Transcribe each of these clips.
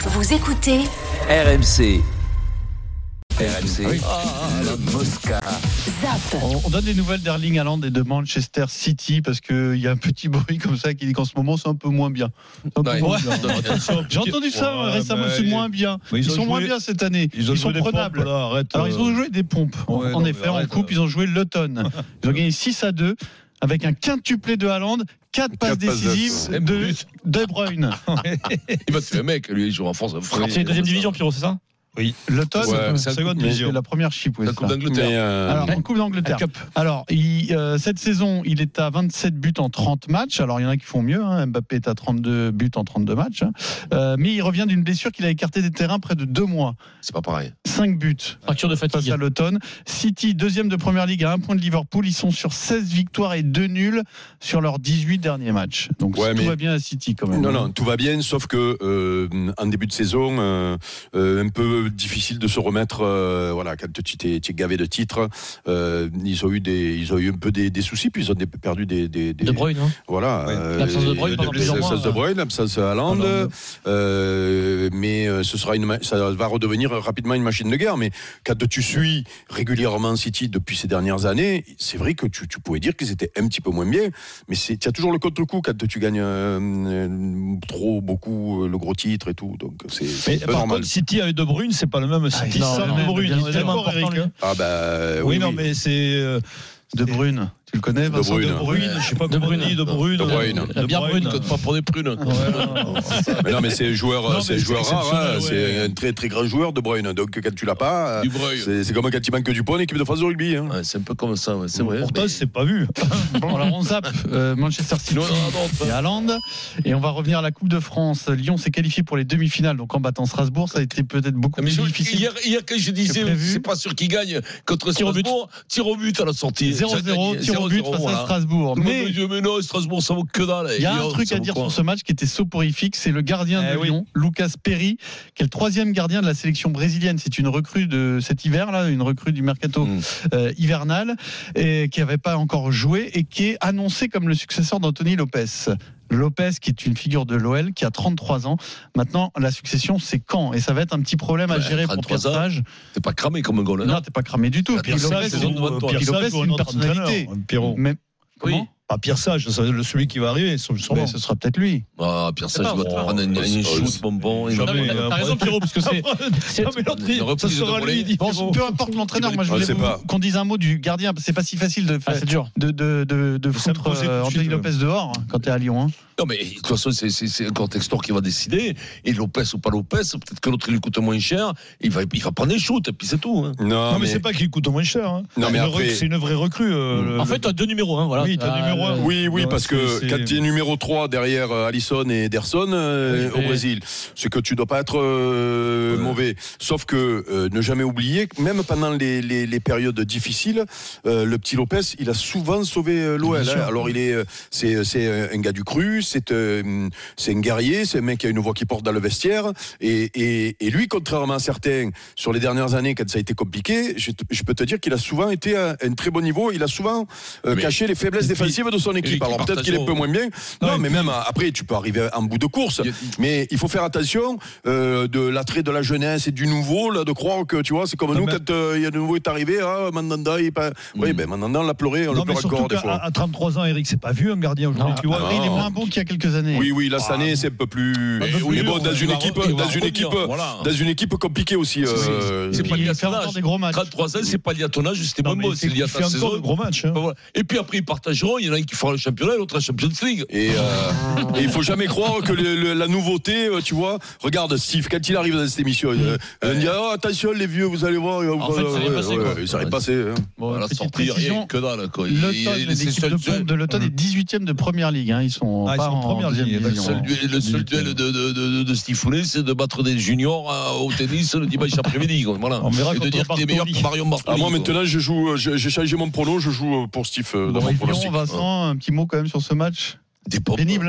Vous écoutez RMC. La Mosca. Zap. On donne des nouvelles d'Erling Haaland et de Manchester City parce qu'il y a un petit bruit comme ça qui dit qu'en ce moment c'est un peu moins bien. J'ai entendu ça récemment, c'est moins bien. Ils sont moins bien cette année. Ils sont prenables. Alors ils ont joué des pompes. En effet, en coupe, ils ont joué Luton. Ils ont gagné 6-2 avec un quintuplé de Haaland. 4 passes décisives de De Bruyne. Il va tuer un mec, lui, il joue en France. C'est une deuxième division, Pierrot, c'est ça? Oui, Luton, c'est la seconde division. C'est la première chip. La Coupe d'Angleterre. Alors, en Coupe d'Angleterre. Alors, cette saison, il est à 27 buts en 30 matchs. Alors, il y en a qui font mieux. Mbappé est à 32 buts en 32 matchs. Mais il revient d'une blessure qu'il a écartée des terrains près de 2 mois. C'est pas pareil. 5 buts. Fracture de fatigue. Face à Luton. City, deuxième de première ligue à 1 point de Liverpool. Ils sont sur 16 victoires et 2 nuls sur leurs 18 derniers matchs. Donc, tout va bien à City quand même. Non, tout va bien, sauf que en début de saison, un peu difficile de se remettre, quand tu t'es gavé de titres, ils ont eu un peu des soucis, puis ils ont perdu des De Bruyne, hein. Voilà, l'absence de Bruyne pendant plusieurs mois. L'absence de Bruyne, l'absence de Haaland, mais ça va redevenir rapidement une machine de guerre. Mais quand tu suis régulièrement City depuis ces dernières années, c'est vrai que tu pouvais dire qu'ils étaient un petit peu moins bien, mais tu as toujours le contre-coup quand tu gagnes beaucoup le gros titre et tout, donc c'est par normal. contre, City avec De Bruyne, c'est pas le même City sans De Bruyne. C'est tellement important. Oui, mais c'est De Bruyne. Tu le connais, Vincent? De Bruyne, je sais pas comment on dit, De Bruyne. Bien Bruyne. Pas pour des prunes. Mais non, mais c'est un joueur rare, c'est un très très grand joueur, De Bruyne. Donc quand tu l'as pas, c'est comme quand il manque du point en équipe de France de rugby. C'est un peu comme ça, c'est vrai. Pourtant, c'est pas vu. Bon, alors on zappe Manchester City et Haaland, et on va revenir à la Coupe de France. Lyon s'est qualifié pour les demi-finales, donc en battant Strasbourg, ça a été peut-être beaucoup plus difficile. Hier, quand je disais, c'est pas sûr qu'il gagne contre Strasbourg, tir au but à la sortie. 0-0, tir au but face à Strasbourg. Mais non, Strasbourg, ça vaut que dalle. Il y a un truc à dire sur ce match qui était soporifique, c'est le gardien de Lyon, Lucas Perry, qui est le 3e gardien de la sélection brésilienne. C'est une recrue de cet hiver, là, une recrue du mercato hivernal, et qui n'avait pas encore joué et qui est annoncé comme le successeur d'Anthony Lopez. Lopez, qui est une figure de l'OL, qui a 33 ans. Maintenant, la succession, c'est quand? Et ça va être un petit problème à gérer pour Pierre Sage. T'es pas cramé comme un goal. Non, t'es pas cramé du tout. Pierre Lopez, c'est une personnalité. Mais comment? Pas Pierre Sage, celui qui va arriver. Ce sera peut-être lui. Pierre Sage doit prendre une shoot bonbon. T'as raison, Pierrot, parce que c'est. Ça sera lui. Peu importe l'entraîneur, moi je voulais qu'on dise un mot du gardien. C'est pas si facile de foutre Anthony Lopez dehors quand t'es à Lyon. Non, mais de toute façon, c'est un contexte qui va décider. Et Lopez ou pas Lopez, peut-être que l'autre il lui coûte moins cher. Il va prendre des shoots, et puis c'est tout. Non, mais c'est pas qu'il coûte moins cher. Non, mais c'est une vraie recrue. En fait, t'as 2 numéros. Voilà. Oui, t'as numéro 1. Oui, parce que quand tu es numéro 3 derrière Alisson et Ederson au Brésil, c'est que tu dois pas être mauvais. Sauf que ne jamais oublier que même pendant les périodes difficiles, le petit Lopez, il a souvent sauvé l'OL. Alors c'est un gars du cru, c'est un guerrier, c'est un mec qui a une voix qui porte dans le vestiaire. Et lui, contrairement à certains, sur les dernières années, quand ça a été compliqué, je peux te dire qu'il a souvent été à un très bon niveau. Il a souvent caché les faiblesses défensives de son équipe. Alors peut-être qu'il est un peu moins bien. Non, mais même après, tu peux arriver en bout de course. Mais il faut faire attention de l'attrait de la jeunesse et du nouveau, là, de croire que, tu vois, c'est comme nous, quand il y a de nouveau est arrivé, Mandanda, Mandanda, on l'a pleuré, on le pleure encore des fois. À 33 ans, Eric, c'est pas vu un gardien aujourd'hui. Tu vois, il est moins bon qu'il y a quelques années. Oui, là, cette année, c'est un peu plus. Mais bon, dans une équipe compliquée aussi. C'est pas lié à ton âge. Des gros matchs. 33 ans, c'est pas lié à ton âge, c'était bon, c'est lié à ta saison. Gros match. Et puis après, ils partageront. Il y en a un qui fera le championnat, l'autre la Champions League. Et il faut jamais croire que la nouveauté, tu vois. Regarde Steve, quand il arrive dans cette émission, il dit attention les vieux, vous allez voir. En fait, ça n'est pas passé. Petite précision, que dalle. L'équipe de l'automne est 18e de première ligue. Ils sont pas en première ligue. Le seul duel de Steve Foulet, c'est de battre des juniors au tennis le dimanche après-midi. Voilà. On verra et de dire qu'il est meilleur que Marion Bartoli. Moi maintenant, j'ai changé mon prono, je joue pour Steve dans mon pronostic. Vincent, un petit mot quand même sur ce match. Pénible, hein?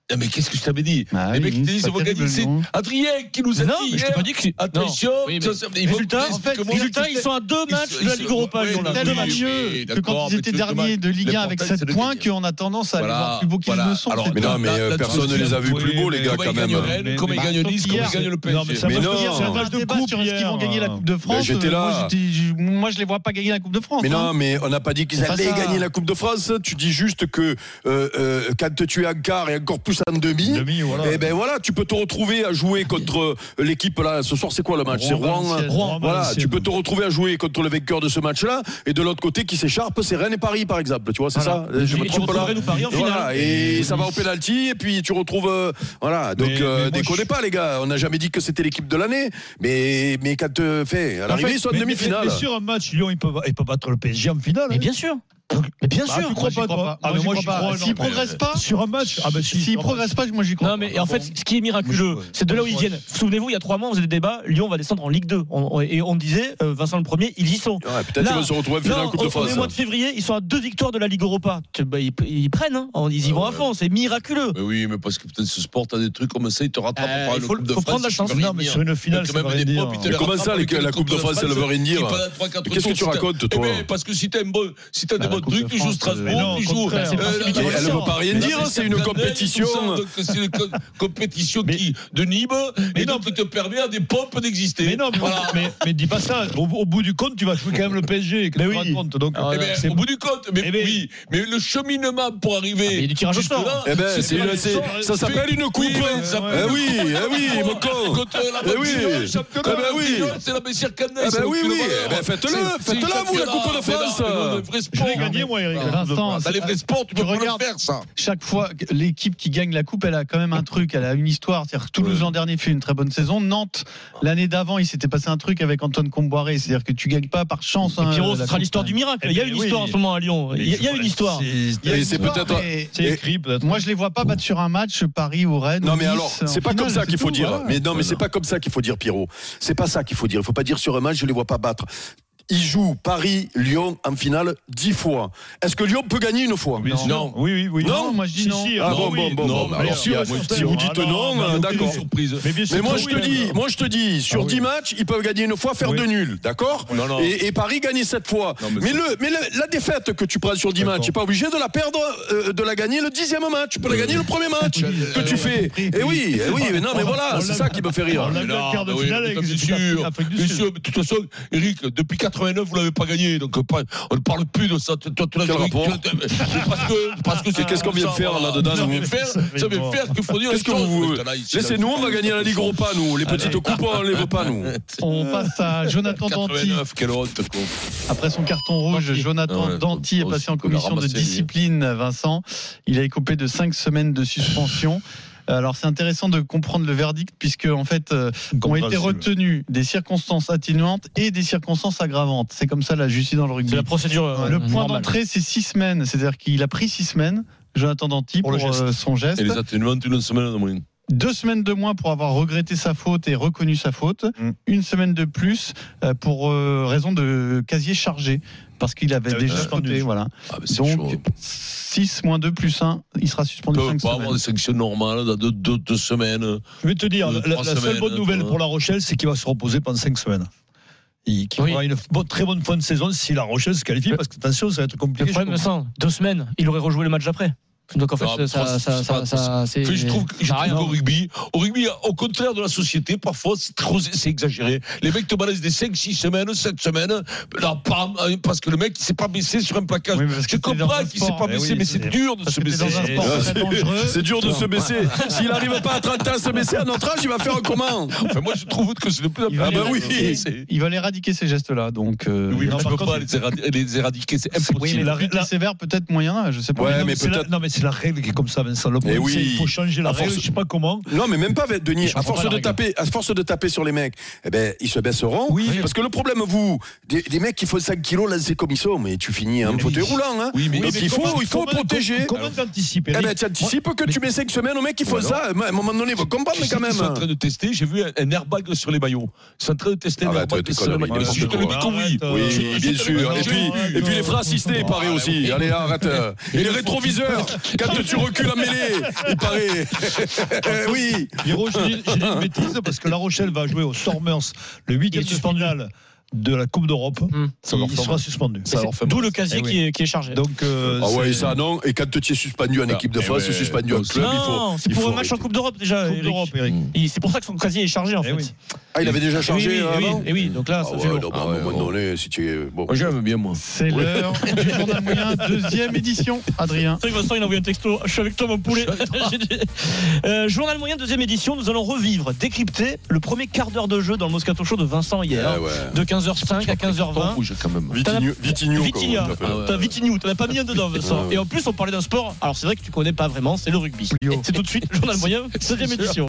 Mais qu'est-ce que je t'avais dit? Les mecs qui te disent ils vont gagner. C'est Adrien qui nous a dit. Non, mais je t'ai pas dit que. Attention. Résultat, ils sont à 2 matchs de la Ligue Europa. Tellement mieux que quand ils étaient derniers de Ligue 1 avec 7 points qu'on a tendance à les voir plus beaux qu'ils ne sont. Mais non, mais personne ne les a vus plus beaux, les gars, quand même. Comme ils gagnent Nice, comme ils gagnent le PSG. Mais non, c'est un match de coupe sur est-ce qu'ils vont gagner la Coupe de France. J'étais là. Moi, je les vois pas gagner la Coupe de France. Mais non, mais on n'a pas dit qu'ils allaient gagner la Coupe de France. Tu dis juste que quand tu es en quart et encore plus en demi, et ben voilà, tu peux te retrouver à jouer contre l'équipe là. Ce soir, c'est quoi le match? C'est Rouen. Voilà, tu peux te retrouver à jouer contre le vainqueur de ce match-là, et de l'autre côté qui s'écharpe, c'est Rennes et Paris, par exemple. Tu vois, c'est ça. Je me trompe là. Et ça va au penalty, et puis tu retrouves. Voilà. Donc déconnez pas, les gars. On n'a jamais dit que c'était l'équipe de l'année, mais quand à l'arrivée, ils sont en demi-finale. Mais sur un match, Lyon, il peut battre le PSG en finale. Mais bien sûr. Mais bien sûr, tu crois pas, toi? Ah, mais moi, j'y crois. S'ils progressent pas sur un match, s'ils progressent pas, moi, j'y crois. Non, mais en fait, ce qui est miraculeux, c'est de là où ils viennent. Souvenez-vous, il y a 3 mois, on faisait des débats. Lyon va descendre en Ligue 2. Et on disait, Vincent le Premier, ils y sont. Peut-être qu'ils vont se retrouver en finale en Coupe de France. Au mois de février, ils sont à 2 victoires de la Ligue Europa. Ils prennent, ils y vont à fond. C'est miraculeux. Mais oui, mais parce que peut-être ce sport a des trucs comme ça, il te rattrape pas. Il faut prendre la chance. Non, mais sur une finale, ça veut rien dire. Comment ça, la Coupe de France, elle veut rien dire? Qu'est-ce que tu racontes, toi? Parce que si t'as des bons trucs, tu joues Strasbourg. Elle ne veut pas rien dire, c'est une compétition. C'est une compétition de Nîmes, et donc qui te permet à des pompes d'exister. Mais non, mais dis pas ça. Au bout du compte, tu vas jouer quand même le PSG. Mais oui. Au bout du compte, mais oui. Mais le cheminement pour arriver. Il y a du tirage au sort. Ça s'appelle une coupe. Oui, mon con. C'est la Messière Cannes. Oui. Faites-la, vous, la Coupe de France. Je l'ai gagné, moi, Eric. Vincent, dans les vrais sports, tu peux pas le faire, ça. Chaque fois, l'équipe qui gagne la coupe, elle a quand même un truc, elle a une histoire. C'est-à-dire que Toulouse l'an dernier fait une très bonne saison. Nantes, l'année d'avant, il s'était passé un truc avec Antoine Comboiré. C'est-à-dire que tu gagnes pas par chance. Pierrot, ce sera l'histoire du miracle. Il y a une histoire en ce moment à Lyon. Il y a une histoire. C'est peut-être. C'est écrit, peut-être. Moi, je les vois pas battre sur un match Paris ou Rennes. Non, mais alors, c'est pas comme ça qu'il faut dire. Mais non, mais c'est pas comme ça qu'il faut dire, Pierrot. C'est pas ça qu'il faut dire. Il faut pas dire sur un match, je les vois pas battre. Ils jouent Paris, Lyon en finale 10 fois. Est-ce que Lyon peut gagner une fois? Non. Oui. Non, moi je dis non. Ah bon. Alors si vous dites non, d'accord. Mais moi je te dis, sur 10 matchs, ils peuvent gagner une fois, faire 2 nuls, d'accord? Et Paris gagner 7 fois. Mais la défaite que tu prends sur 10 matchs, tu n'es pas obligé de la perdre, de la gagner le 10e match. Tu peux la gagner le premier match que tu fais. Et oui, mais non, mais voilà, c'est ça qui me fait rire. On a eu le quart de finale avec l'Afrique du Sud. De toute façon, Eric, depuis 89, vous l'avez pas gagné, donc on ne parle plus de ça. Quel rapport? Parce que c'est qu'est-ce qu'on vient de faire là-dedans? Ça vient faire qu'il faut dire. Qu'est-ce que vous laissez-nous, on va gagner la Ligue Europa, nous. Les petites coupes, on ne les veut pas, nous. On passe à Jonathan Danty. Quelle honte, quoi. Après son carton rouge, Jonathan Danty est passé en commission de discipline, Vincent. Il a écopé de 5 semaines de suspension. Alors c'est intéressant de comprendre le verdict puisque en fait ont été retenues des circonstances atténuantes et des circonstances aggravantes. C'est comme ça la justice dans le rugby. C'est la procédure. Le point d'entrée c'est 6 semaines, c'est-à-dire qu'il a pris 6 semaines, Jonathan Danty, pour son geste. Et les atténuantes, 1 semaine de moyenne. 2 semaines de moins pour avoir regretté sa faute et reconnu sa faute. 1 semaine de plus pour raison de casier chargé. Parce qu'il avait déjà fauté, voilà. Donc, 6 moins 2 plus 1, il sera suspendu 5 semaines. Il peut pas avoir des sanctions normales dans 2 semaines. Je vais te dire, la seule bonne nouvelle pour La Rochelle, c'est qu'il va se reposer pendant 5 semaines. Qui aura une très bonne fin de saison si La Rochelle se qualifie, parce que attention, ça va être compliqué. Le problème, Vincent, 2 semaines, il aurait rejoué le match d'après. Donc en fait, je trouve qu'au rugby, au contraire de la société, parfois c'est exagéré. Les mecs te balancent des 5-6 semaines, 7 semaines, là, bam, parce que le mec il s'est pas baissé sur un plaquage. Je comprends qu'il s'est pas baissé, mais c'est dur de se baisser. C'est dur de se baisser. S'il n'arrive pas à 30 ans à se baisser à notre âge, il va faire un comment? Enfin, moi je trouve que c'est de plus en plus. Il va éradiquer ces gestes-là, donc. Oui, mais tu peux pas les éradiquer, c'est impossible. La règle sévère, peut-être moyen, je sais pas. Ouais, mais peut-être. C'est la règle qui est comme ça, Vincent. Le problème, c'est qu'il faut changer la règle, je sais pas comment. Non, mais même pas, Denis. À force de taper sur les mecs, eh ben, ils se baisseront. Oui. Parce que le problème, des mecs qui font 5 kilos lancés comme ils sont, mais tu finis un fauteuil roulant, hein. Oui, mais donc il faut protéger. Comment t'anticipes? Eh ben, tu anticipes que tu mets 5 semaines aux mecs qui font ça. À un moment donné, ils vont comprendre quand même. Ils sont en train de tester, j'ai vu un airbag sur les maillots. Ils sont en train de tester un airbag sur les maillots. Je te le dis que oui. Oui, bien sûr. Et puis les freins assistés, il paraît aussi. Allez, arrête. Et les rétroviseurs. Quand tu recules en mêlée, il paraît. Oui. Hiro, j'ai dit une bêtise parce que La Rochelle va jouer au Stormers le 8e de finale de la Coupe d'Europe. Il sera suspendu. D'où le casier qui est chargé. Donc, ah ouais, ça non. Et quand tu es suspendu en équipe de France, tu es suspendu en club. Non, c'est pour un match en Coupe d'Europe déjà. Coupe d'Europe, Eric. C'est pour ça que son casier est chargé en fait. Ah, il avait déjà chargé avant. Et oui, donc là, ça fait lourd. À un moment donné, si tu es. Moi, j'aime bien, moi. C'est l'heure du journal moyen, deuxième édition. Adrien. C'est vrai que Vincent, il a envoyé un texto. Je suis avec toi, mon poulet. Journal moyen, deuxième édition. Nous allons revivre, décrypter le premier quart d'heure de jeu dans le Moscato Show de Vincent hier. De 15h05 à 15h20. Vitigno. T'as Vitigno, t'en as pas mis un dedans, Vincent. Et en plus, on parlait d'un sport. Alors, c'est vrai que tu connais pas vraiment, c'est le rugby. C'est tout de suite, journal moyen, deuxième édition.